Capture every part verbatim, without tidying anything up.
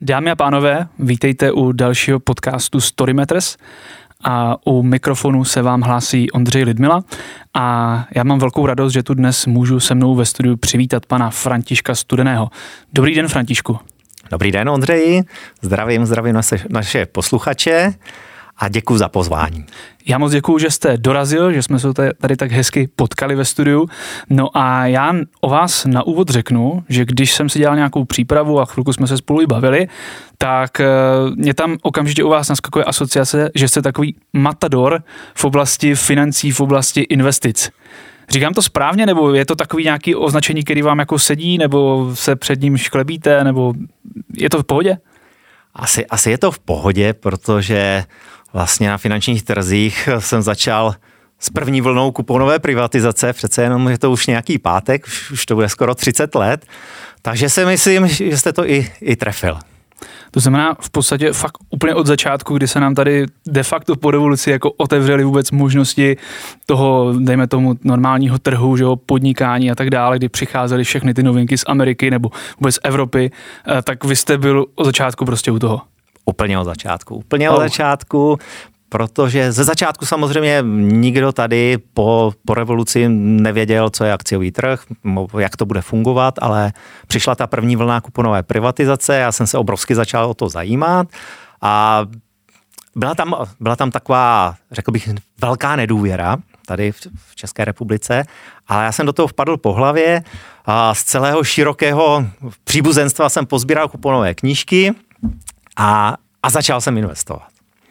Dámy a pánové, vítejte u dalšího podcastu Storymeters a u mikrofonu se vám hlásí Ondřej Lidmila a já mám velkou radost, že tu dnes můžu se mnou ve studiu přivítat pana Františka Studeného. Dobrý den, Františku. Dobrý den, Ondřeji. Zdravím, zdravím naše, naše posluchače a děkuji za pozvání. Já moc děkuju, že jste dorazil, že jsme se tady tak hezky potkali ve studiu. No a já o vás na úvod řeknu, že když jsem si dělal nějakou přípravu a chvilku jsme se spolu i bavili, tak mě tam okamžitě u vás naskakuje asociace, že jste takový matador v oblasti financí, v oblasti investic. Říkám to správně, nebo je to takový nějaký označení, který vám jako sedí, nebo se před ním šklebíte, nebo je to v pohodě? Asi, asi je to v pohodě, protože vlastně na finančních trzích jsem začal s první vlnou kuponové privatizace, přece jenom je to už nějaký pátek, už, už to bude skoro třicet let, takže si myslím, že jste to i, i trefil. To znamená v podstatě fakt úplně od začátku, kdy se nám tady de facto po revoluci jako otevřely vůbec možnosti toho, dejme tomu, normálního trhu, že jo, podnikání a tak dále, kdy přicházely všechny ty novinky z Ameriky nebo vůbec z Evropy, tak vy jste byl od začátku prostě u toho. Úplně od začátku, úplně od oh. začátku, protože ze začátku samozřejmě nikdo tady po, po revoluci nevěděl, co je akciový trh, jak to bude fungovat, ale přišla ta první vlna kuponové privatizace, já jsem se obrovsky začal o to zajímat a byla tam, byla tam taková, řekl bych, velká nedůvěra tady v, v České republice, ale já jsem do toho vpadl po hlavě a z celého širokého příbuzenstva jsem pozbíral kuponové knížky a, a začal jsem investovat.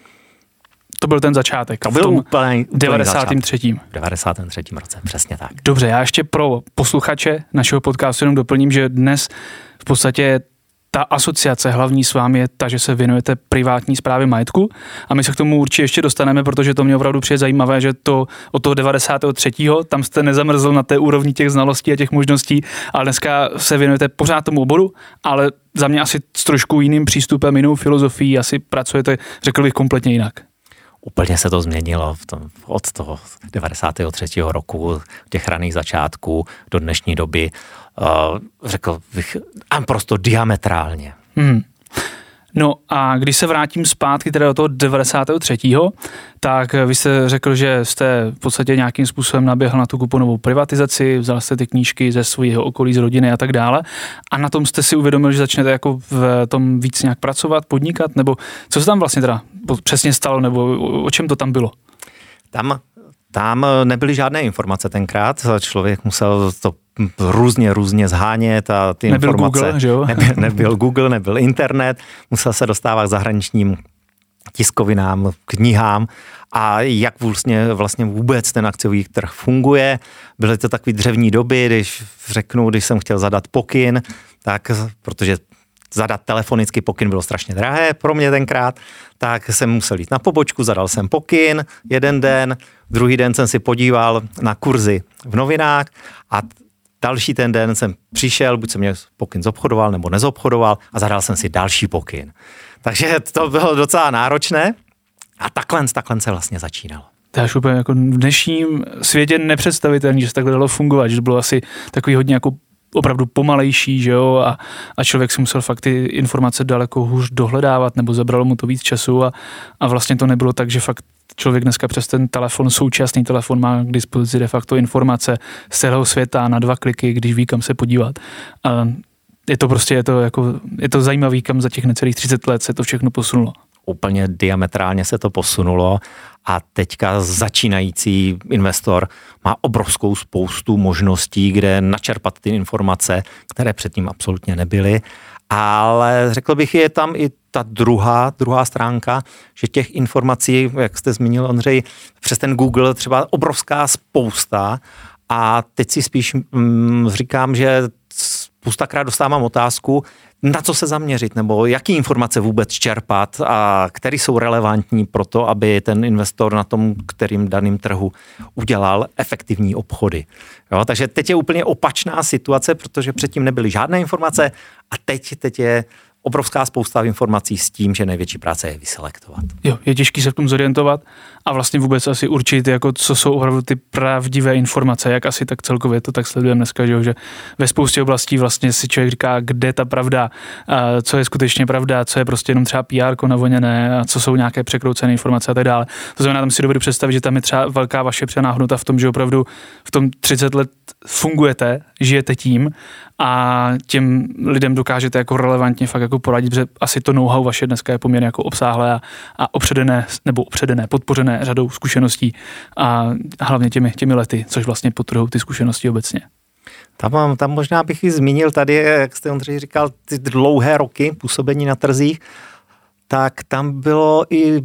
To byl ten začátek. To byl úplně, devadesátém třetím V devadesátém třetím roce, přesně tak. Dobře, já ještě pro posluchače našeho podcastu jenom doplním, že dnes v podstatě ta asociace hlavní s vámi je ta, že se věnujete privátní správě majetku a my se k tomu určitě ještě dostaneme, protože to mě opravdu přijde zajímavé, že to od toho devadesátého třetího tam jste nezamrzl na té úrovni těch znalostí a těch možností, ale dneska se věnujete pořád tomu oboru, ale za mě asi s trošku jiným přístupem, jinou filozofií, asi pracujete, řekl bych, kompletně jinak. Úplně se to změnilo v tom, od toho devadesátého třetího roku, těch raných začátků do dnešní doby, uh, řekl bych, prostě diametrálně. Hmm. No a když se vrátím zpátky teda do toho devadesátého třetího tak vy jste řekl, že jste v podstatě nějakým způsobem naběhl na tu kuponovou privatizaci, vzal jste ty knížky ze svého okolí, z rodiny a tak dále a na tom jste si uvědomil, že začnete jako v tom víc nějak pracovat, podnikat, nebo co se tam vlastně teda přesně stalo, nebo o čem to tam bylo? Tam, tam nebyly žádné informace tenkrát, člověk musel to různě, různě zhánět a ty nebyl informace... Google, že jo? Nebyl, nebyl Google, nebyl internet, musel se dostávat k zahraničním tiskovinám, knihám a jak vlastně, vlastně vůbec ten akciový trh funguje. Byly to takové dřevní doby, když řeknu, když jsem chtěl zadat pokyn, tak protože zadat telefonický pokyn bylo strašně drahé pro mě tenkrát, tak jsem musel jít na pobočku, zadal jsem pokyn jeden den, druhý den jsem si podíval na kurzy v novinách a další ten den jsem přišel, buď jsem mě pokyn zobchodoval nebo nezobchodoval a zadal jsem si další pokyn. Takže to bylo docela náročné a takhle, takhle se vlastně začínalo. To je úplně jako v dnešním světě nepředstavitelný, že se takhle dalo fungovat, že to bylo asi takový hodně jako opravdu pomalejší, že jo, a, a člověk si musel fakt ty informace daleko hůř dohledávat, nebo zabralo mu to víc času a, a vlastně to nebylo tak, že fakt člověk dneska přes ten telefon, současný telefon má k dispozici de facto informace z celého světa na dva kliky, když ví, kam se podívat. A je to prostě, je to, jako, je to zajímavý, kam za těch necelých třicet let se to všechno posunulo. Úplně diametrálně se to posunulo a teďka začínající investor má obrovskou spoustu možností, kde načerpat ty informace, které předtím absolutně nebyly. Ale řekl bych, je tam i ta druhá, druhá stránka, že těch informací, jak jste zmínil, Ondřej, přes ten Google třeba obrovská spousta a teď si spíš mm, říkám, že spoustakrát dostávám otázku, na co se zaměřit, nebo jaký informace vůbec čerpat a které jsou relevantní pro to, aby ten investor na tom, kterým daným trhu udělal efektivní obchody. Jo, takže teď je úplně opačná situace, protože předtím nebyly žádné informace a teď, teď je obrovská spousta informací s tím, že největší práce je vyselektovat. Jo, je těžký se v tom zorientovat a vlastně vůbec asi určit, jako co jsou opravdu ty pravdivé informace, jak asi tak celkově to tak sledujeme dneska, že, že ve spoustě oblastí vlastně si člověk říká, kde ta pravda, a co je skutečně pravda, co je prostě jenom třeba P R ko navoněné a co jsou nějaké překroucené informace a tak dále. To znamená, tam si dovedu představit, že tam je třeba velká vaše přidaná hodnota v tom, že opravdu v tom třicet let fungujete, žijete tím a těm lidem dokážete jako relevantně fakt jako poradit, protože asi to know-how vaše dneska je poměrně jako obsáhlé a, a opředené, nebo opředené, podpořené řadou zkušeností a hlavně těmi, těmi lety, což vlastně podtrhují ty zkušenosti obecně. Tam, tam možná bych i zmínil tady, jak jste Ondřej říkal, ty dlouhé roky působení na trzích, tak tam bylo i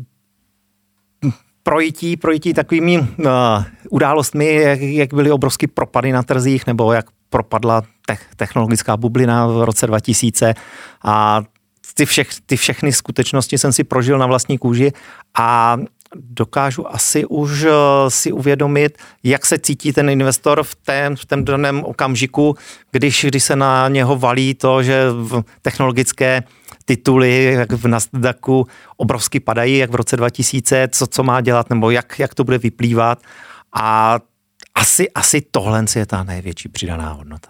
projití, projití takovými uh, událostmi, jak, jak byly obrovský propady na trzích, nebo jak propadla te- technologická bublina v roce dva tisíce a ty, všech, ty všechny skutečnosti jsem si prožil na vlastní kůži a dokážu asi už uh, si uvědomit, jak se cítí ten investor v, tém, v tom daném okamžiku, když, když se na něho valí to, že v technologické tituly, jak v Nasdaqu, obrovsky padají, jak v roce dva tisíce, co, co má dělat, nebo jak, jak to bude vyplývat. A asi, asi tohle je ta největší přidaná hodnota.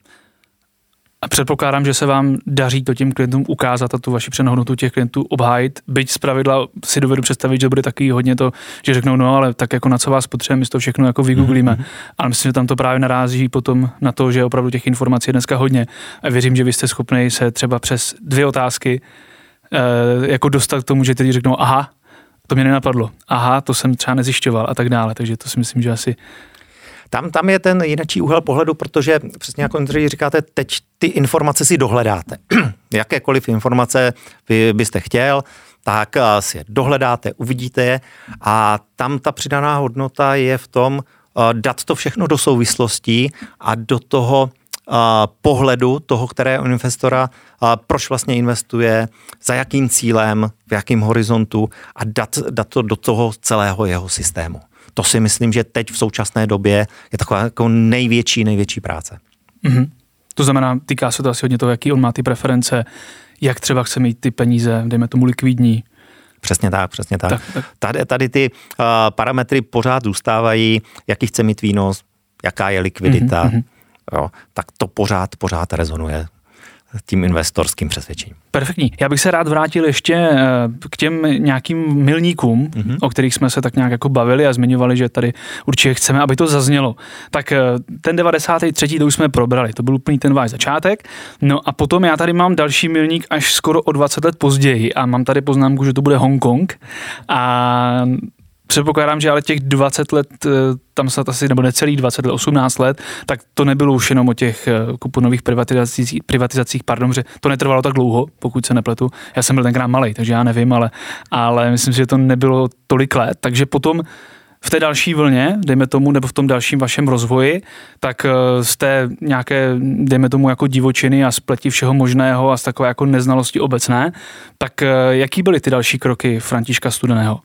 A předpokládám, že se vám daří to těm klientům ukázat a tu vaši přenohodnotu těch klientů obhájit. Byť zpravidla si dovedu představit, že bude taky hodně to, že řeknou, no ale tak jako na co vás potřebujeme, my to všechno jako vygooglíme. Mm-hmm. Ale myslím, že tam to právě narazí potom na to, že opravdu těch informací je dneska hodně. A věřím, že vy jste schopni se třeba přes dvě otázky eh, jako dostat k tomu, že teď řeknou, aha, to mě nenapadlo, aha, to jsem třeba nezjišťoval a tak dále. Takže to si myslím, že asi Tam, tam je ten jiný úhel pohledu, protože přesně jako říkáte, teď ty informace si dohledáte. Jakékoliv informace vy byste chtěl, tak si je dohledáte, uvidíte je a tam ta přidaná hodnota je v tom dát to všechno do souvislostí a do toho pohledu toho, kterého investora, proč vlastně investuje, za jakým cílem, v jakém horizontu a dát, dát to do toho celého jeho systému. To si myslím, že teď v současné době je taková jako největší, největší práce. Mm-hmm. To znamená, týká se to asi hodně toho, jaký on má ty preference, jak třeba chce mít ty peníze, dejme tomu likvidní. Přesně tak, přesně tak. tak, tak. Tady, tady ty uh, parametry pořád zůstávají, jaký chce mít výnos, jaká je likvidita, mm-hmm. jo, tak to pořád, pořád rezonuje tím investorským přesvědčením. Perfektní. Já bych se rád vrátil ještě k těm nějakým milníkům, mm-hmm. o kterých jsme se tak nějak jako bavili a zmiňovali, že tady určitě chceme, aby to zaznělo. Tak ten devadesátý třetí to už jsme probrali, to byl úplný ten váš začátek. No a potom já tady mám další milník až skoro o dvacet let později a mám tady poznámku, že to bude Hongkong a předpokládám, že ale těch dvacet let, tam snad asi, nebo necelých dvacet let, osmnáct let, tak to nebylo už jenom o těch kuponových privatizacích, privatizacích, pardon, že to netrvalo tak dlouho, pokud se nepletu. Já jsem byl tenkrát malej, takže já nevím, ale, ale myslím si, že to nebylo tolik let, takže potom v té další vlně, dejme tomu, nebo v tom dalším vašem rozvoji, tak z té nějaké, dejme tomu, jako divočiny a spleti všeho možného a z takové jako neznalosti obecné, tak jaký byly ty další kroky Františka Studeného?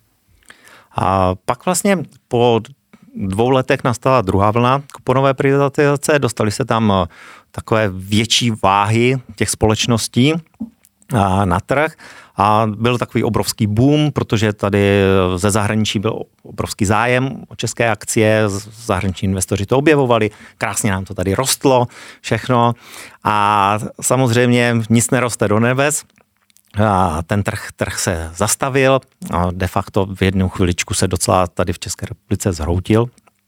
A pak vlastně po dvou letech nastala druhá vlna kuponové privatizace, dostali se tam takové větší váhy těch společností na trh a byl takový obrovský boom, protože tady ze zahraničí byl obrovský zájem o české akcie, zahraniční investoři to objevovali, krásně nám to tady rostlo všechno a samozřejmě nic neroste do nebes. A ten trh, trh se zastavil a de facto v jednu chviličku se docela tady v České republice zhroutil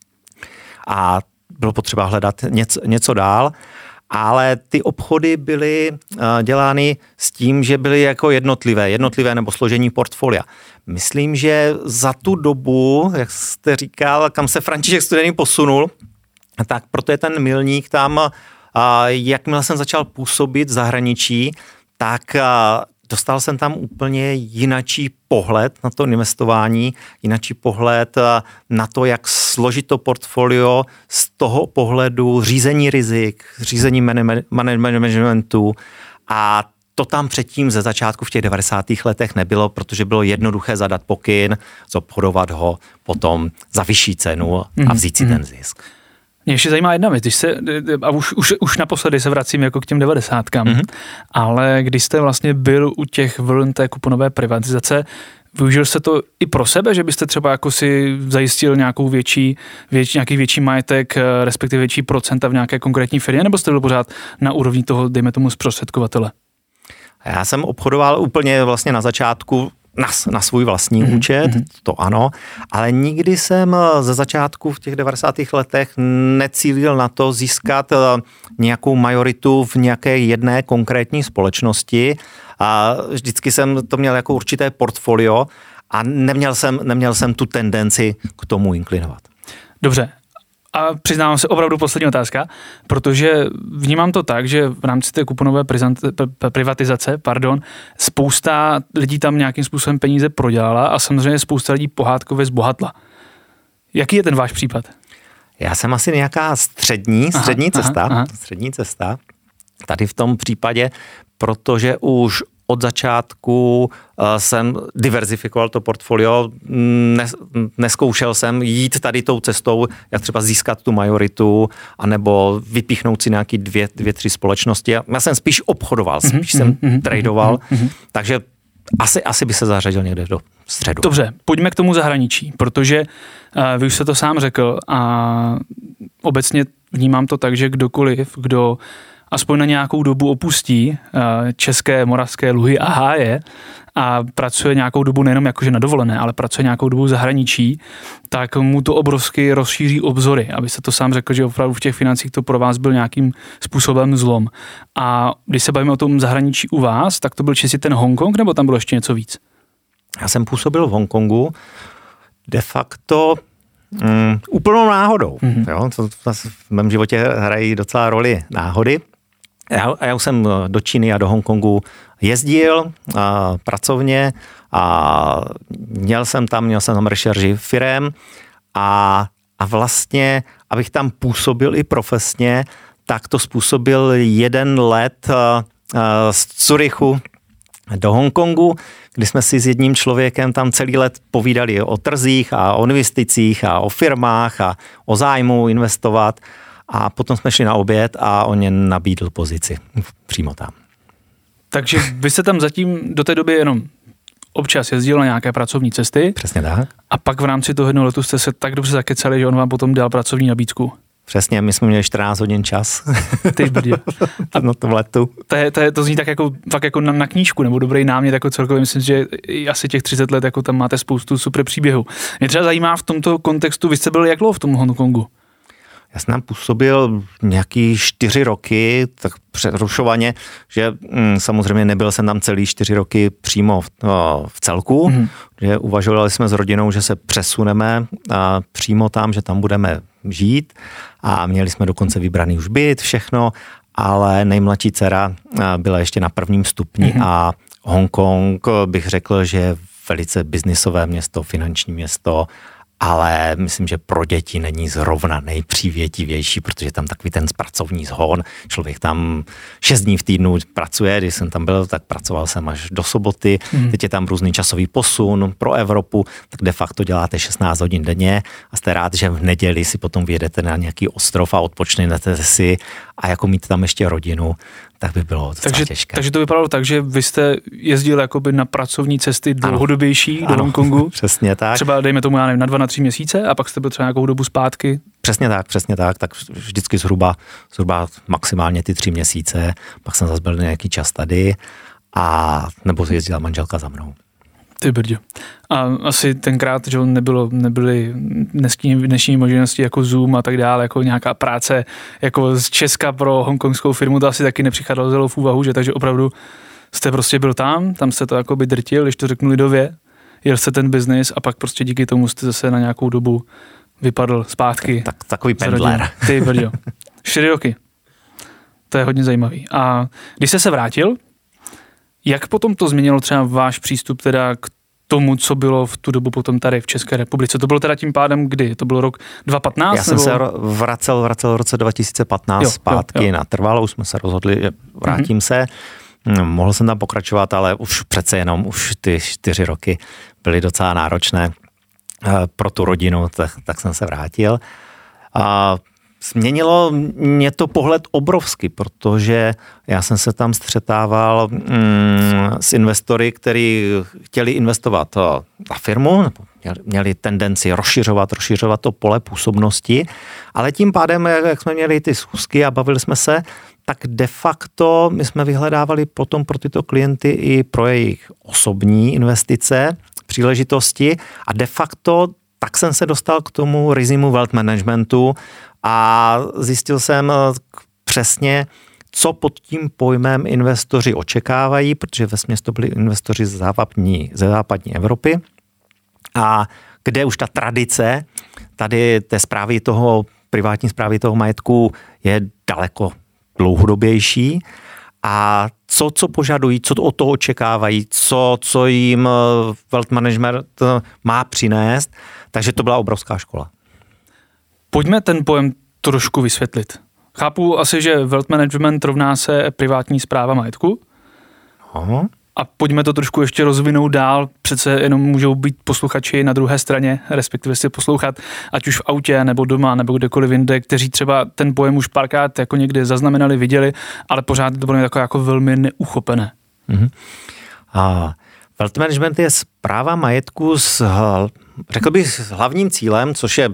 a bylo potřeba hledat něco, něco dál, ale ty obchody byly dělány s tím, že byly jako jednotlivé, jednotlivé nebo složení portfolia. Myslím, že za tu dobu, jak jste říkal, kam se František Studený posunul, tak proto je ten milník tam, jakmile jsem začal působit v zahraničí, tak dostal jsem tam úplně jinačí pohled na to investování, jinačí pohled na to, jak složit to portfolio z toho pohledu řízení rizik, řízení managementu a to tam předtím ze začátku v těch devadesátých letech nebylo, protože bylo jednoduché zadat pokyn, zobchodovat ho potom za vyšší cenu a vzít si ten zisk. Mě ještě zajímá jedna věc, když se, a už, už, už naposledy se vracím jako k těm devadesátkám, mm-hmm. ale když jste vlastně byl u těch vln té kuponové privatizace, využil jste to i pro sebe, že byste třeba jako si zajistil nějakou větší, větší, nějaký větší majetek, respektive větší procenta v nějaké konkrétní firmě, nebo jste byl pořád na úrovni toho, dejme tomu, zprostředkovatele? Já jsem obchodoval úplně vlastně na začátku na, na svůj vlastní mm-hmm. účet, to ano, ale nikdy jsem ze začátku v těch devadesátých letech necílil na to získat nějakou majoritu v nějaké jedné konkrétní společnosti a vždycky jsem to měl jako určité portfolio a neměl jsem, neměl jsem tu tendenci k tomu inklinovat. Dobře. A přiznávám se, opravdu poslední otázka, protože vnímám to tak, že v rámci té kuponové privatizace, pardon, spousta lidí tam nějakým způsobem peníze prodělala a samozřejmě spousta lidí pohádkově zbohatla. Jaký je ten váš případ? Já jsem asi nějaká střední, střední aha, cesta, aha, aha. střední cesta tady v tom případě, protože už od začátku uh, jsem diverzifikoval to portfolio, Nes, neskoušel jsem jít tady tou cestou, jak třeba získat tu majoritu, anebo vypíchnout si nějaký dvě, dvě, tři společnosti. Já jsem spíš obchodoval, spíš mm-hmm, jsem mm-hmm, tradoval, mm-hmm. takže asi, asi by se zařadil někde do středu. Dobře, pojďme k tomu zahraničí, protože uh, vy už jste to sám řekl a obecně vnímám to tak, že kdokoliv, kdo aspoň na nějakou dobu opustí české, moravské luhy a háje a pracuje nějakou dobu nejenom jakože na dovolené, ale pracuje nějakou dobu v zahraničí, tak mu to obrovsky rozšíří obzory. Abyste to sám řekl, že opravdu v těch financích to pro vás byl nějakým způsobem zlom. A když se bavíme o tom zahraničí u vás, tak to byl čistě ten Hongkong, nebo tam bylo ještě něco víc? Já jsem působil v Hongkongu de facto mm, úplnou náhodou. Mm-hmm. Jo? To, to v mém životě hrají docela roli náhody. Já, já už jsem do Číny a do Hongkongu jezdil a, pracovně a měl jsem tam, měl jsem tam rešerži firem a, a vlastně, abych tam působil i profesně, tak to způsobil jeden let a, a, z Curychu do Hongkongu, kdy jsme si s jedním člověkem tam celý let povídali o trzích a o investicích a o firmách a o zájmu investovat. A potom jsme šli na oběd a on mě nabídl pozici přímo tam. Takže vy jste tam zatím do té doby jenom občas jezdil na nějaké pracovní cesty. Přesně tak. A pak v rámci toho jednoho letu jste se tak dobře zakecali, že on vám potom dal pracovní nabídku. Přesně, my jsme měli čtrnáct hodin čas. Ty brdě. A na tom letu. To, je, to, je, to zní tak jako, fakt jako na, na knížku, nebo dobrý námět jako celkově. Myslím, že asi těch třicet let jako tam máte spoustu super příběhů. Mě třeba zajímá v tomto kontextu, vy jste byli jak dlouho v tom Hongkongu? Já jsem tam působil nějaký čtyři roky, tak přerušovaně, že mm, samozřejmě nebyl jsem tam celý čtyři roky přímo v, o, v celku, mm. že uvažovali jsme s rodinou, že se přesuneme a, přímo tam, že tam budeme žít a měli jsme dokonce vybraný už byt, všechno, ale nejmladší dcera byla ještě na prvním stupni mm. a Hongkong bych řekl, že je velice biznisové město, finanční město, ale myslím, že pro děti není zrovna nejpřívětivější, protože tam takový ten pracovní zhon, člověk tam šest dní v týdnu pracuje, když jsem tam byl, tak pracoval jsem až do soboty, hmm. teď je tam různý časový posun pro Evropu, tak de facto děláte šestnáct hodin denně a jste rád, že v neděli si potom vyjedete na nějaký ostrov a odpočnete si a jako mít tam ještě rodinu, tak by bylo docela takže, těžké. Takže to vypadalo tak, že vy jste jezdil jakoby na pracovní cesty dlouhodobější ano, do ano, Hongkongu. Přesně tak. Třeba dejme tomu, já nevím, na dva, na tři měsíce a pak jste byl třeba nějakou dobu zpátky. Přesně tak, přesně tak, tak vždycky zhruba, zhruba maximálně ty tři měsíce, pak jsem zase byl nějaký čas tady a nebo jezdila manželka za mnou. Ty brdě. A asi tenkrát, že nebylo, nebyly dnešní, dnešní možnosti jako Zoom a tak dále, jako nějaká práce jako z Česka pro hongkongskou firmu, to asi taky nepřicházelo v úvahu, že takže opravdu jste prostě byl tam, tam jste to jakoby drtil, když to řeknu lidově, jel jste ten biznis a pak prostě díky tomu jste zase na nějakou dobu vypadl zpátky. Tak, takový pendler. Ty brdě. Čtyři roky. To je hodně zajímavý. A když jste se vrátil, jak potom to změnilo třeba váš přístup teda k tomu, co bylo v tu dobu potom tady v České republice? To bylo teda tím pádem kdy? To byl rok dva tisíce patnáct? Já jsem nebo? se vracel, vracel v roce dva tisíce patnáct jo, zpátky jo, jo. na trvalou, jsme se rozhodli, že vrátím mm-hmm. se. Mohl jsem tam pokračovat, ale už přece jenom už ty čtyři roky byly docela náročné pro tu rodinu, tak, tak jsem se vrátil. A Změnilo mě to pohled obrovsky, protože já jsem se tam střetával mm, s investory, kteří chtěli investovat na firmu, nebo měli tendenci rozšiřovat, rozšiřovat to pole působnosti, ale tím pádem, jak jsme měli ty schůzky a bavili jsme se, tak de facto my jsme vyhledávali potom pro tyto klienty i pro jejich osobní investice, příležitosti a de facto tak jsem se dostal k tomu rizimu wealth managementu a zjistil jsem přesně, co pod tím pojmem investoři očekávají, protože vesměs to byli investoři ze západní, ze západní Evropy a kde už ta tradice tady té správy toho, privátní správy toho majetku je daleko dlouhodobější a co, co požadují, co od toho očekávají, co, co jim wealth management má přinést, takže to byla obrovská škola. Pojďme ten pojem trošku vysvětlit. Chápu asi, že wealth management rovná se privátní správa majetku. Aha. A pojďme to trošku ještě rozvinout dál. Přece jenom můžou být posluchači na druhé straně, respektive si poslouchat, ať už v autě, nebo doma, nebo kdekoliv jinde, kteří třeba ten pojem už párkrát jako někde zaznamenali, viděli, ale pořád to bylo jako, jako velmi neuchopené. Mm-hmm. A wealth management je správa majetku s, řekl bych, s hlavním cílem, což je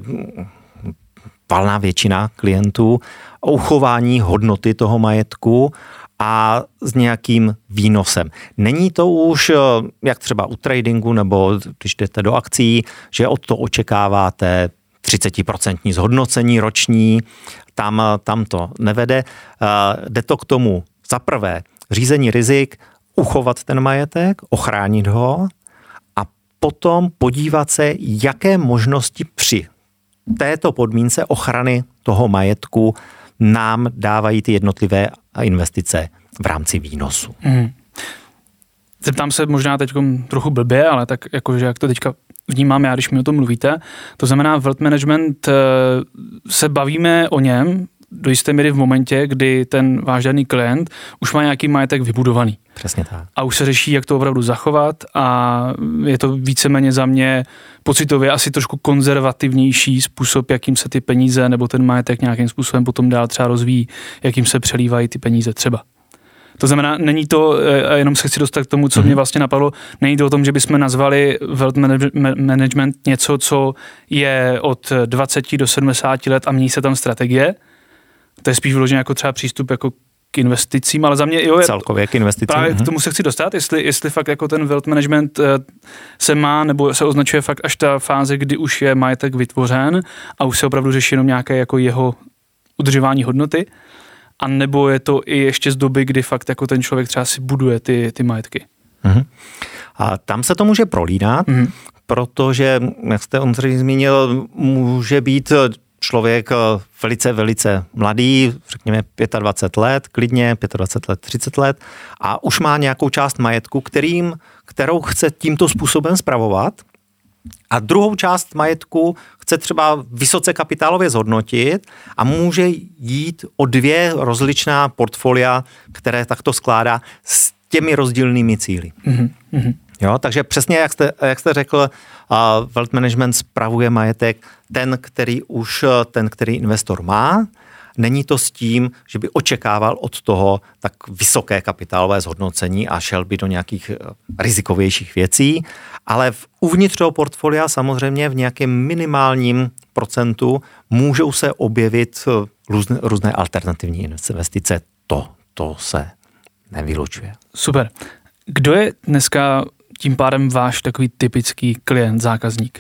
valná většina klientů, uchování hodnoty toho majetku a s nějakým výnosem. Není to už, jak třeba u tradingu, nebo když jdete do akcí, že od toho očekáváte třicet procent zhodnocení roční, tam, tam to nevede. Jde to k tomu za prvé řízení rizik, uchovat ten majetek, ochránit ho a potom podívat se, jaké možnosti při této podmínce ochrany toho majetku nám dávají ty jednotlivé investice v rámci výnosu. Hmm. Zeptám se možná teď trochu blbě, ale tak jakože jak to teďka vnímám já, když mi o tom mluvíte. To znamená, wealth management se bavíme o něm do jisté míry v momentě, kdy ten váš daný klient už má nějaký majetek vybudovaný. Přesně tak. A už se řeší, jak to opravdu zachovat a je to víceméně za mě pocitově asi trošku konzervativnější způsob, jakým se ty peníze nebo ten majetek nějakým způsobem potom dál třeba rozvíjí, jakým se přelívají ty peníze třeba. To znamená, není to, jenom se chci dostat k tomu, co mm-hmm. mě vlastně napadlo, není to o tom, že bychom nazvali wealth management něco, co je od dvaceti do sedmdesáti let a mění se tam strategie. To je spíš vyloženě jako třeba přístup jako k investicím, ale za mě jo, celkově k investicím. Právě k tomu se chci dostat, jestli, jestli fakt jako ten wealth management se má, nebo se označuje fakt až ta fáze, kdy už je majetek vytvořen a už se opravdu řeší jenom nějaké jako jeho udržování hodnoty, a nebo je to i ještě z doby, kdy fakt jako ten člověk třeba si buduje ty, ty majetky. Uh-huh. A tam se to může prolínat, uh-huh. protože, jak jste Ondřej zmínil, může být člověk velice, velice mladý, řekněme dvacet pět let, klidně dvacet pět let, třicet let a už má nějakou část majetku, kterým, kterou chce tímto způsobem spravovat a druhou část majetku chce třeba vysoce kapitálově zhodnotit a může jít o dvě rozličná portfolia, které takto skládá s těmi rozdílnými cíli. Mm-hmm. Jo, takže přesně jak jste, jak jste řekl, uh, wealth management spravuje majetek ten, který už ten, který investor má. Není to s tím, že by očekával od toho tak vysoké kapitálové zhodnocení a šel by do nějakých rizikovějších věcí, ale v uvnitř toho portfolia samozřejmě v nějakém minimálním procentu můžou se objevit různé, různé alternativní investice. To, to se nevylučuje. Super. Kdo je dneska tím pádem váš takový typický klient, zákazník?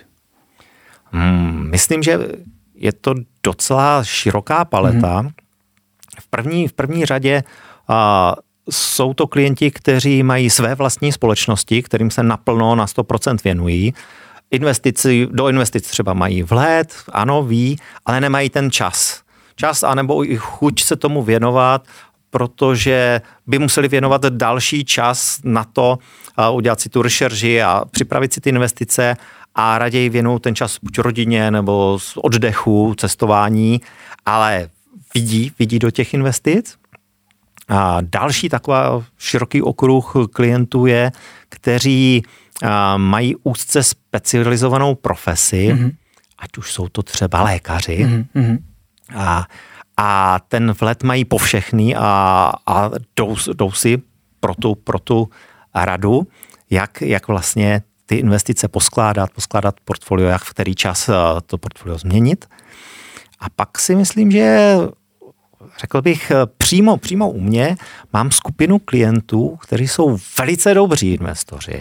Hmm, myslím, že je to docela široká paleta. Mm. V první, v první řadě uh, jsou to klienti, kteří mají své vlastní společnosti, kterým se naplno na sto procent věnují. Investici, do investic třeba mají vhled, ano, ví, ale nemají ten čas. Čas anebo i chuť se tomu věnovat, protože by museli věnovat další čas na to, uh, udělat si tu rešerži a připravit si ty investice a raději věnují ten čas buď rodině nebo oddechu, cestování, ale vidí, vidí do těch investic. A další taková široký okruh klientů je, kteří a, mají úzce specializovanou profesi, mm-hmm. ať už jsou to třeba lékaři, mm-hmm. A, a ten vhled mají po všechny a, a jdou, jdou si pro tu, pro tu radu, jak, jak vlastně ty investice poskládat, poskládat portfolio, jak v který čas to portfolio změnit. A pak si myslím, že řekl bych, přímo, přímo u mě mám skupinu klientů, kteří jsou velice dobří investoři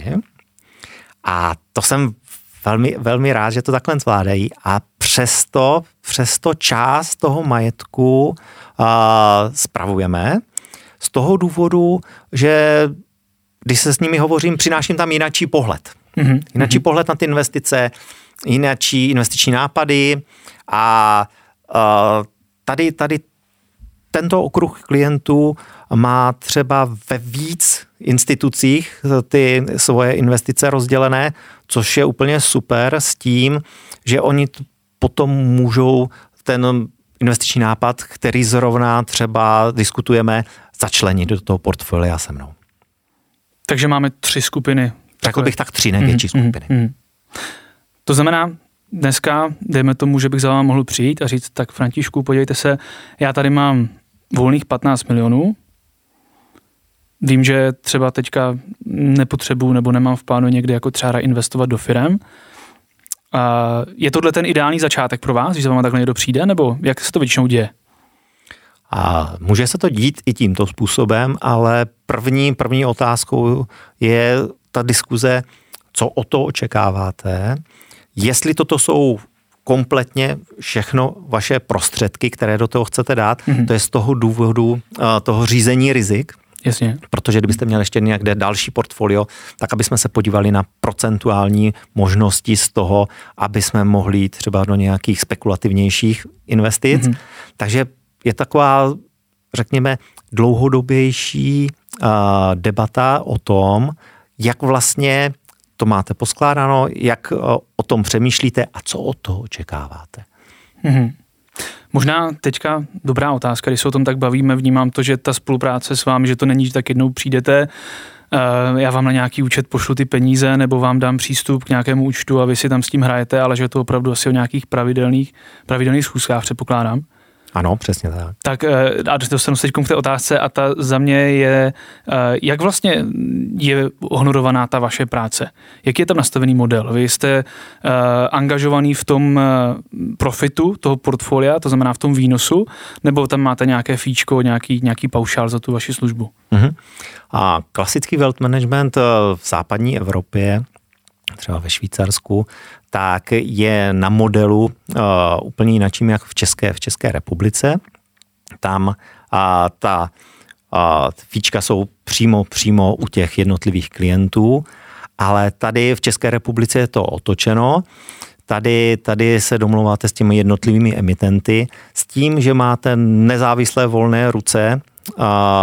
a to jsem velmi, velmi rád, že to takhle zvládají a přesto, přesto část toho majetku uh, spravujeme z toho důvodu, že když se s nimi hovořím, přináším tam jinačí pohled. Mm-hmm. Jinačí pohled na ty investice, jinačí investiční nápady a uh, tady, tady tento okruh klientů má třeba ve víc institucích ty svoje investice rozdělené, což je úplně super s tím, že oni potom můžou ten investiční nápad, který zrovna třeba diskutujeme, začlenit do toho portfolia se mnou. Takže máme tři skupiny. Řekl bych tak tři největší mm, skupiny. Mm, mm. To znamená, dneska, dejme tomu, že bych za vámi mohl přijít a říct, tak Františku, podívejte se, já tady mám volných patnáct milionů, vím, že třeba teďka nepotřebuju nebo nemám v plánu někdy jako třeba investovat do firem. A je tohle ten ideální začátek pro vás, když za váma takhle někdo přijde, nebo jak se to většinou děje? A může se to dít i tímto způsobem, ale první, první otázkou je ta diskuze, co o to očekáváte, jestli toto jsou kompletně všechno vaše prostředky, které do toho chcete dát, mm-hmm. to je z toho důvodu uh, toho řízení rizik. Jasně. Protože kdybyste měli ještě někde další portfolio, tak aby jsme se podívali na procentuální možnosti z toho, aby jsme mohli jít třeba do nějakých spekulativnějších investic. Mm-hmm. Takže je taková, řekněme, dlouhodobější uh, debata o tom, jak vlastně to máte poskládáno, jak o tom přemýšlíte a co od toho očekáváte. Mm-hmm. Možná teďka dobrá otázka, když se o tom tak bavíme, vnímám to, že ta spolupráce s vámi, že to není, že tak jednou přijdete, já vám na nějaký účet pošlu ty peníze nebo vám dám přístup k nějakému účtu a vy si tam s tím hrajete, ale že je to opravdu asi o nějakých pravidelných, pravidelných schůzkách, předpokládám. Ano, přesně tak. Tak a dostanu se teď k té otázce a ta za mě je, jak vlastně je honorovaná ta vaše práce? Jaký je tam nastavený model? Vy jste uh, angažovaný v tom profitu toho portfolia, to znamená v tom výnosu, nebo tam máte nějaké fíčko, nějaký, nějaký paušál za tu vaši službu? Uh-huh. A klasický wealth management v západní Evropě, třeba ve Švýcarsku, tak je na modelu uh, úplně jinačím, jak v České, v České republice. Tam uh, ta uh, fíčka jsou přímo, přímo u těch jednotlivých klientů, ale tady v České republice je to otočeno. Tady, tady se domluváte s těmi jednotlivými emitenty s tím, že máte nezávislé volné ruce uh,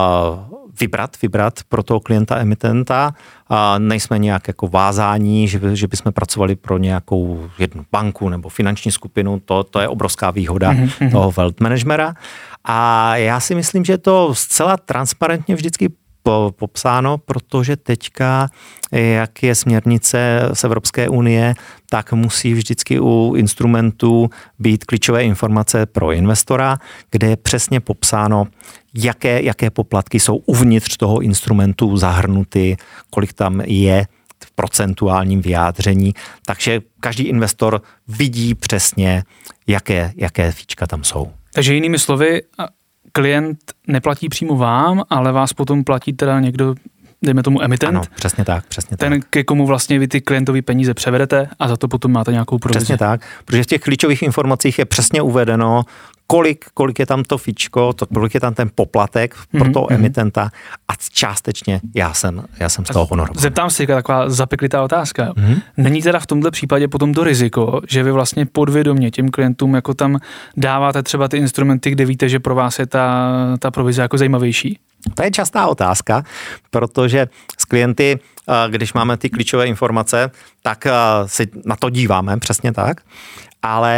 vybrat, vybrat pro toho klienta emitenta. A nejsme nějak jako vázání, že, by, že bychom pracovali pro nějakou jednu banku nebo finanční skupinu. To, to je obrovská výhoda mm-hmm. toho wealth managera. A já si myslím, že je to zcela transparentně vždycky popsáno, protože teďka, jak je směrnice z Evropské unie, tak musí vždycky u instrumentů být klíčové informace pro investora, kde je přesně popsáno, jaké, jaké poplatky jsou uvnitř toho instrumentu zahrnuty, kolik tam je v procentuálním vyjádření. Takže každý investor vidí přesně, jaké, jaké fíčka tam jsou. Takže jinými slovy, klient neplatí přímo vám, ale vás potom platí teda někdo, dejme tomu emitent. Ano, přesně tak, přesně ten, tak. ke komu vlastně vy ty klientový peníze převedete a za to potom máte nějakou provizi. Přesně tak, protože v těch klíčových informacích je přesně uvedeno, kolik, kolik je tam to fíčko, to, kolik je tam ten poplatek mm-hmm. pro toho emitenta a částečně já jsem, já jsem z toho honorovaný. Zeptám se, taková zapeklitá otázka. Mm-hmm. Není teda v tomhle případě potom to riziko, že vy vlastně podvědomě těm klientům jako tam dáváte třeba ty instrumenty, kde víte, že pro vás je ta, ta provize jako zajímavější? To je častá otázka, protože s klienty, když máme ty klíčové informace, tak si na to díváme, přesně tak, ale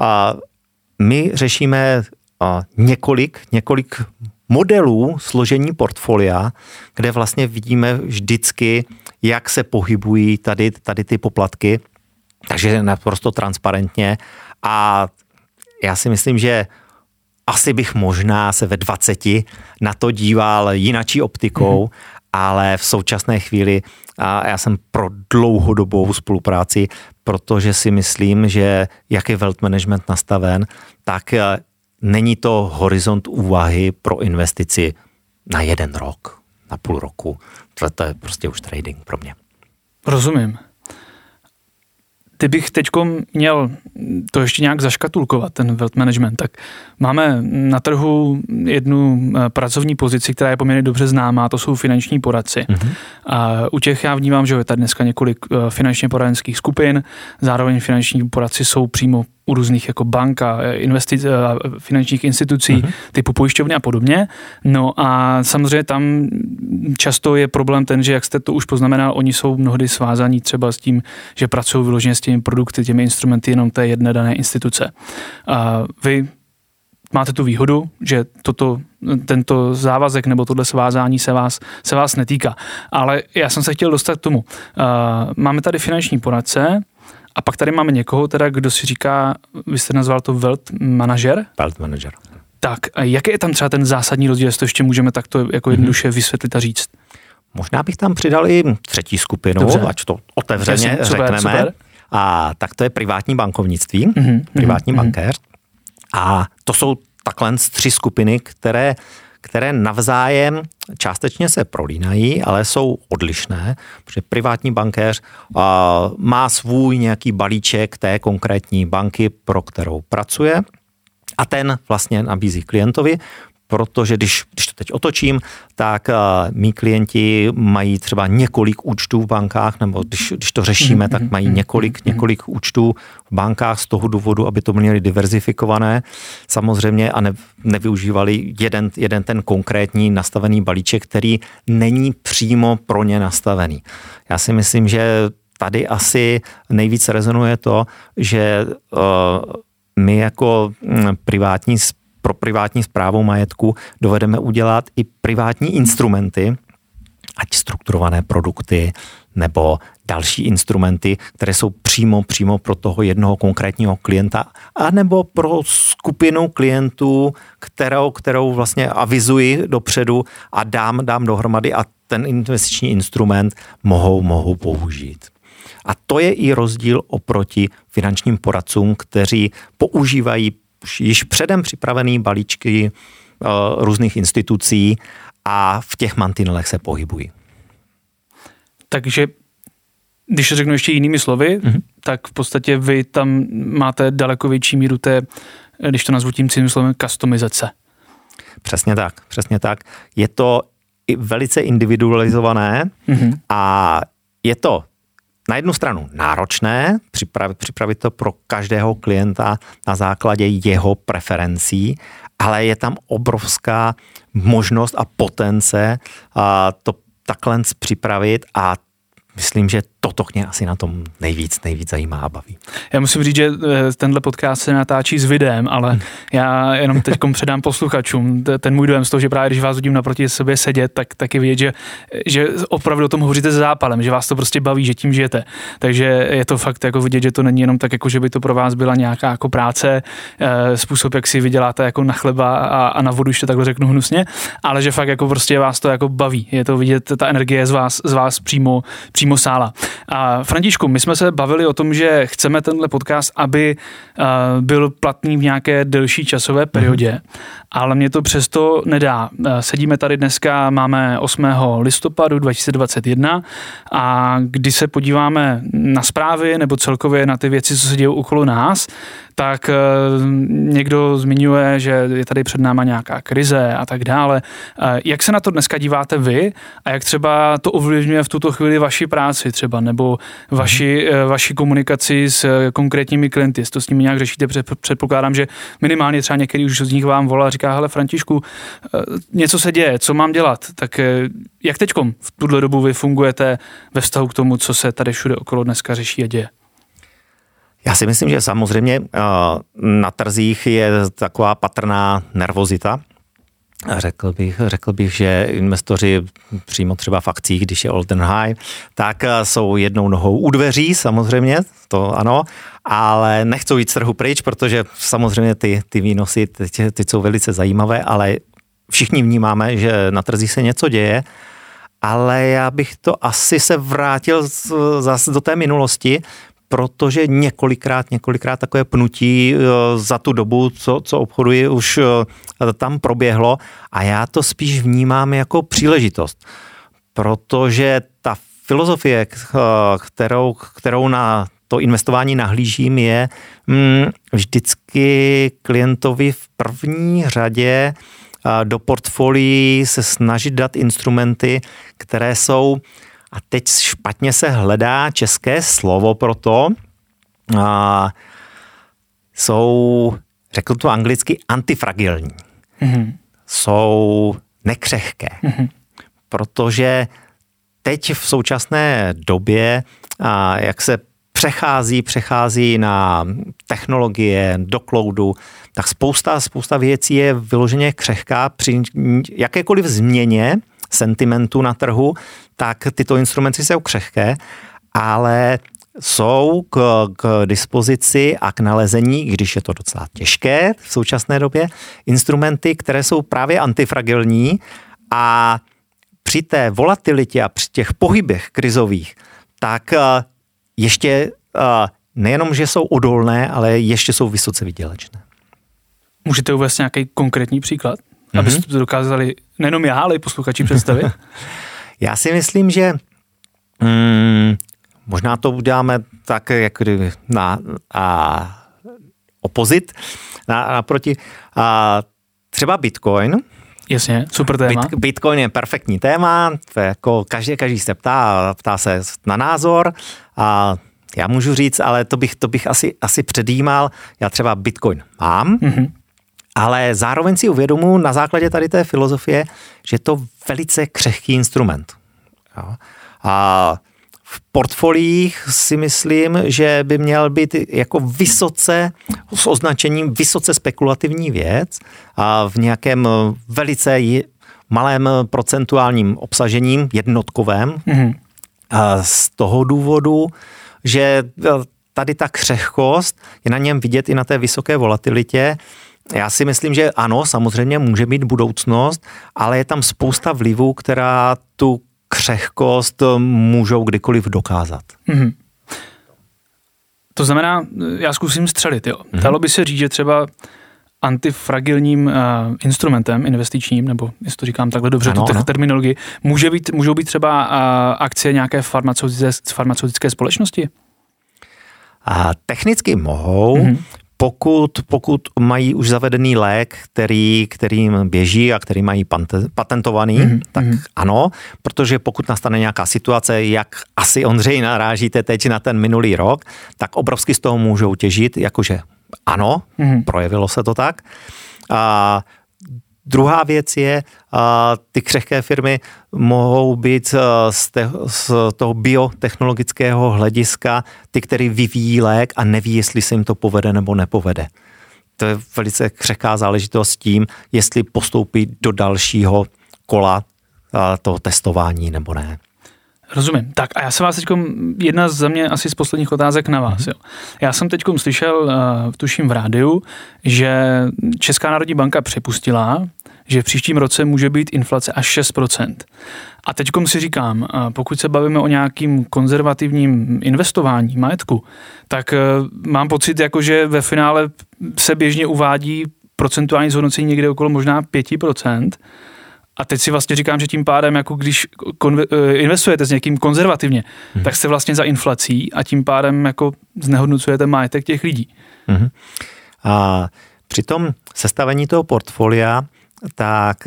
my řešíme několik, několik modelů složení portfolia, kde vlastně vidíme vždycky, jak se pohybují tady, tady ty poplatky, takže naprosto transparentně a já si myslím, že asi bych možná se ve dvaceti na to díval jinačí optikou, mm. ale v současné chvíli a já jsem pro dlouhodobou spolupráci, protože si myslím, že jak je wealth management nastaven, tak není to horizont úvahy pro investici na jeden rok, na půl roku. To je prostě už trading pro mě. Rozumím. Kdybych teď měl to ještě nějak zaškatulkovat, ten wealth management, tak máme na trhu jednu pracovní pozici, která je poměrně dobře známá, to jsou finanční poradci. Mm-hmm. A u těch já vnímám, že je tady dneska několik finančně poradenských skupin, zároveň finanční poradci jsou přímo u různých jako bank a investic, a finančních institucí, mm-hmm. typu pojišťovny a podobně. No a samozřejmě tam často je problém ten, že jak jste to už poznamenal, oni jsou mnohdy svázaní třeba s tím, že pracují vyloženě s těmi produkty, těmi instrumenty jenom té jedné dané instituce. A vy máte tu výhodu, že toto, tento závazek nebo tohle svázání se vás, se vás netýká. Ale já jsem se chtěl dostat k tomu. Máme tady finanční poradce, a pak tady máme někoho, teda, kdo si říká, vy jste nazval to wealth manager? Wealth manager. Tak, a jaký je tam třeba ten zásadní rozdíl, jestli to ještě můžeme takto jako jednoduše vysvětlit a říct? Možná bych tam přidal i třetí skupinu, Dobře. ať to otevřeně Jasně, řekneme. Super, super. A tak to je privátní bankovnictví, mm-hmm, privátní mm-hmm. bankéř. A to jsou takhle tři skupiny, které které navzájem částečně se prolínají, ale jsou odlišné, protože privátní bankéř uh, má svůj nějaký balíček té konkrétní banky, pro kterou pracuje a ten vlastně nabízí klientovi, protože když, když to teď otočím, tak uh, mý klienti mají třeba několik účtů v bankách, nebo když, když to řešíme, tak mají několik, několik účtů v bankách z toho důvodu, aby to měli diverzifikované samozřejmě a ne, nevyužívali jeden, jeden ten konkrétní nastavený balíček, který není přímo pro ně nastavený. Já si myslím, že tady asi nejvíc rezonuje to, že uh, my jako privátní pro privátní správu majetku dovedeme udělat i privátní instrumenty, ať strukturované produkty nebo další instrumenty, které jsou přímo, přímo pro toho jednoho konkrétního klienta, anebo pro skupinu klientů, kterou, kterou vlastně avizuji dopředu a dám, dám dohromady a ten investiční instrument mohou, mohou použít. A to je i rozdíl oproti finančním poradcům, kteří používají již předem připravený balíčky uh, různých institucí a v těch mantinelech se pohybují. Takže, když řeknu ještě jinými slovy, mm-hmm. tak v podstatě vy tam máte daleko větší míru té, když to nazvu tím cílným slovem, customizace. Přesně tak, přesně tak. Je to i velice individualizované mm-hmm. a je to na jednu stranu náročné, připravit, připravit to pro každého klienta na základě jeho preferencí, ale je tam obrovská možnost a potence a to takhle připravit a myslím, že toto mě asi na tom nejvíc, nejvíc zajímá a baví. Já musím říct, že tenhle podcast se natáčí s videem, ale hmm. já jenom teďkom předám posluchačům ten můj dojem z toho, že právě když vás vidím naproti sobě sedět, tak taky vidět, že, že opravdu o tom hovoříte s zápalem, že vás to prostě baví, že tím žijete. Takže je to fakt jako vidět, že to není jenom tak, jako že by to pro vás byla nějaká jako práce, způsob, jak si vyděláte jako na chleba a, a na vodu, ještě takhle řeknu hnusně, ale že fakt jako prostě vás to jako baví. Je to vidět, ta energie z vás, z vás přímo, přímo sála. A Františku, my jsme se bavili o tom, že chceme tenhle podcast, aby uh, byl platný v nějaké delší časové periodě, mm-hmm. ale mě to přesto nedá. Uh, sedíme tady dneska, máme osmého listopadu dva tisíce dvacet jedna a když se podíváme na zprávy nebo celkově na ty věci, co se dějí okolo nás, tak uh, někdo zmiňuje, že je tady před náma nějaká krize a tak dále. Uh, jak se na to dneska díváte vy a jak třeba to ovlivňuje v tuto chvíli vaši práci třeba, nebo vaši, uh, vaši komunikaci s uh, konkrétními klienty, jestli to s nimi nějak řešíte, předpokládám, že minimálně třeba některý už z nich vám volá a říká, hele Františku, uh, něco se děje, co mám dělat? Tak uh, jak teďkom v tuhle dobu vy fungujete ve vztahu k tomu, co se tady všude okolo dneska řeší a děje? Já si myslím, že samozřejmě na trzích je taková patrná nervozita Řekl bych, řekl bych, že investoři přímo třeba v akcích, když je all time high, tak jsou jednou nohou u dveří, samozřejmě, to ano, ale nechcou jít z trhu pryč, protože samozřejmě ty, ty výnosy ty, ty jsou velice zajímavé, ale všichni vnímáme, že na trzích se něco děje, ale já bych to asi se vrátil zase do té minulosti, protože několikrát, několikrát takové pnutí za tu dobu, co, co obchoduji, už tam proběhlo a já to spíš vnímám jako příležitost, protože ta filozofie, kterou, kterou na to investování nahlížím, je mm, vždycky klientovi v první řadě do portfolií se snažit dát instrumenty, které jsou, a teď špatně se hledá české slovo pro to, a jsou, řekl to anglicky, antifragilní. Mm-hmm. Jsou nekřehké. Mm-hmm. Protože teď v současné době, a jak se přechází, přechází na technologie, do cloudu, tak spousta, spousta věcí je vyloženě křehká při jakékoliv změně sentimentu na trhu, tak tyto instrumenty jsou křehké, ale jsou k, k dispozici a k nalezení, když je to docela těžké v současné době, instrumenty, které jsou právě antifragilní a při té volatilitě a při těch pohybech krizových, tak ještě nejenom, že jsou odolné, ale ještě jsou vysoce vydělečné. Můžete uvést nějaký konkrétní příklad, mm-hmm. abyste to dokázali nejenom já, ale i posluchači představit? Já si myslím, že mm, možná to uděláme tak, jak na a, opozit, na, naproti. A, třeba Bitcoin. Jasně, super téma. Bit, Bitcoin je perfektní téma, to je jako každý, každý se ptá, ptá se na názor a já můžu říct, ale to bych, to bych asi, asi předjímal, já třeba Bitcoin mám, mm-hmm. ale zároveň si uvědomuji na základě tady té filozofie, že je to velice křehký instrument. Jo. A v portfoliích si myslím, že by měl být jako vysoce, s označením vysoce spekulativní věc a v nějakém velice malém procentuálním obsažením, jednotkovém. Mm-hmm. A z toho důvodu, že tady ta křehkost je na něm vidět i na té vysoké volatilitě. Já si myslím, že ano, samozřejmě může být budoucnost, ale je tam spousta vlivů, která tu křehkost můžou kdykoliv dokázat. Mm-hmm. To znamená, já zkusím střelit, jo. Mm-hmm. Dalo by se říct, že třeba antifragilním uh, instrumentem investičním, nebo jestli to říkám takhle dobře, ano, tu terminologii, může být, můžou být třeba uh, akcie nějaké farmaceutické, farmaceutické společnosti? A technicky mohou, mm-hmm. pokud, pokud mají už zavedený lék, který, kterým běží a který mají patentovaný, mm-hmm. tak ano, protože pokud nastane nějaká situace, jak asi Ondřej narážíte teď na ten minulý rok, tak obrovsky z toho můžou těžit, jakože ano, mm-hmm. projevilo se to tak. A druhá věc je, a ty křehké firmy mohou být z, te, z toho biotechnologického hlediska ty, který vyvíjí lék a neví, jestli se jim to povede nebo nepovede. To je velice křehká záležitost s tím, jestli postoupí do dalšího kola toho testování nebo ne. Rozumím. Tak a já se vás teď, jedna za mě asi z posledních otázek na vás. Mm-hmm. Jo. Já jsem teď slyšel, tuším v rádiu, že Česká národní banka připustila, že v příštím roce může být inflace až šest procent. A teď si říkám, pokud se bavíme o nějakým konzervativním investování majetku, tak mám pocit, jako že ve finále se běžně uvádí procentuální zhodnocení někde okolo možná pět procent. A teď si vlastně říkám, že tím pádem, jako když konve- investujete s někým konzervativně, hmm. tak jste vlastně za inflací a tím pádem jako znehodnocujete majetek těch lidí. Hmm. A při tom sestavení toho portfolia, tak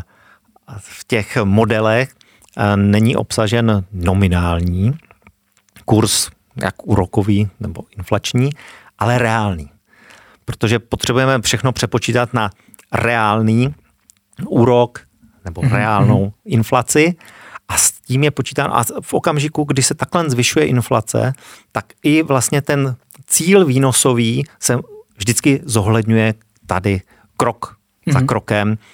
v těch modelech není obsažen nominální kurz, jak úrokový nebo inflační, ale reálný. Protože potřebujeme všechno přepočítat na reálný úrok nebo mm-hmm. reálnou inflaci a s tím je počítáno. A v okamžiku, kdy se takhle zvyšuje inflace, tak i vlastně ten cíl výnosový se vždycky zohledňuje tady krok mm-hmm. za krokem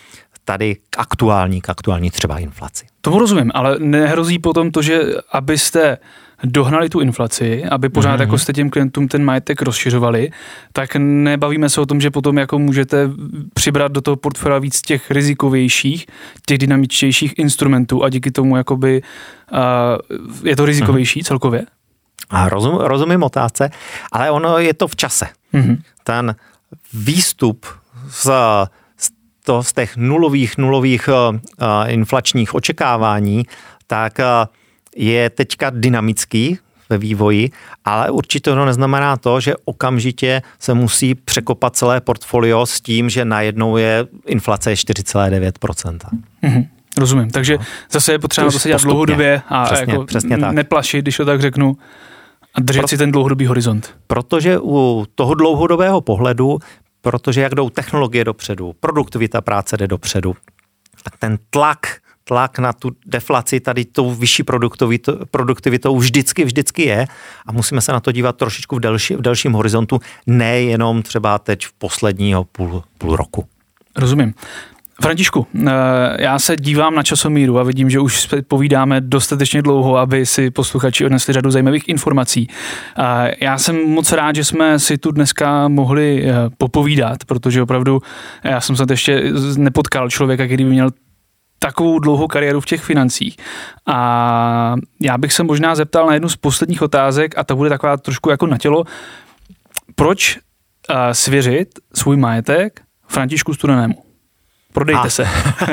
tady k aktuální, k aktuální třeba inflaci. Tomu rozumím, ale nehrozí potom to, že abyste dohnali tu inflaci, aby pořád mm-hmm. jako jste těm klientům ten majetek rozšiřovali, tak nebavíme se o tom, že potom jako můžete přibrat do toho portfolia víc těch rizikovějších, těch dynamičtějších instrumentů a díky tomu jakoby uh, je to rizikovější mm-hmm. celkově? A rozum, rozumím otázce, ale ono je to v čase. Mm-hmm. Ten výstup z, z, to, z těch nulových, nulových uh, inflačních očekávání, tak uh, je teďka dynamický ve vývoji, ale určitě to neznamená to, že okamžitě se musí překopat celé portfolio s tím, že najednou je inflace čtyři celá devět procenta. Mm-hmm. Rozumím, takže no. zase je potřeba na to se dělat dlouhodobě a přesně, jako přesně tak. neplašit, když to tak řeknu, a držet Pro, si ten dlouhodobý horizont. Protože u toho dlouhodobého pohledu, protože jak jdou technologie dopředu, produktivita práce jde dopředu, tak ten tlak tlak na tu deflaci tady tou vyšší produktivitou, produktivitou vždycky, vždycky je a musíme se na to dívat trošičku v, delší, v delším horizontu, nejenom třeba teď v posledního půl, půl roku. Rozumím. Františku, já se dívám na časomíru a vidím, že už povídáme dostatečně dlouho, aby si posluchači odnesli řadu zajímavých informací. Já jsem moc rád, že jsme si tu dneska mohli popovídat, protože opravdu já jsem se ještě nepotkal člověka, který by měl takovou dlouhou kariéru v těch financích. A já bych se možná zeptal na jednu z posledních otázek a ta bude taková trošku jako na tělo. Proč uh, svěřit svůj majetek Františku Studenému? Prodejte a. se.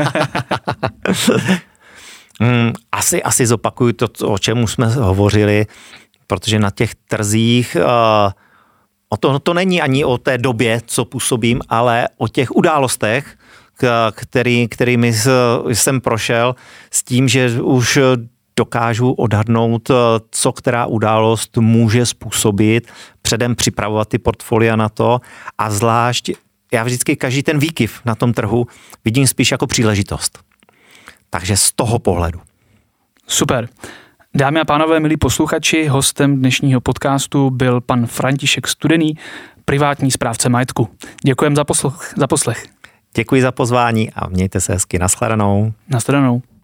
mm, asi, asi zopakuju to, o čem jsme hovořili, protože na těch trzích uh, o to, to není ani o té době, co působím, ale o těch událostech, který, kterými jsem prošel s tím, že už dokážu odhadnout, co která událost může způsobit, předem připravovat ty portfolia na to a zvlášť já vždycky každý ten výkyv na tom trhu vidím spíš jako příležitost. Takže z toho pohledu. Super. Dámy a pánové, milí posluchači, hostem dnešního podcastu byl pan František Studený, privátní správce majetku. Děkujem za poslech. Za poslech. Děkuji za pozvání a mějte se hezky. Nashledanou. Nashledanou.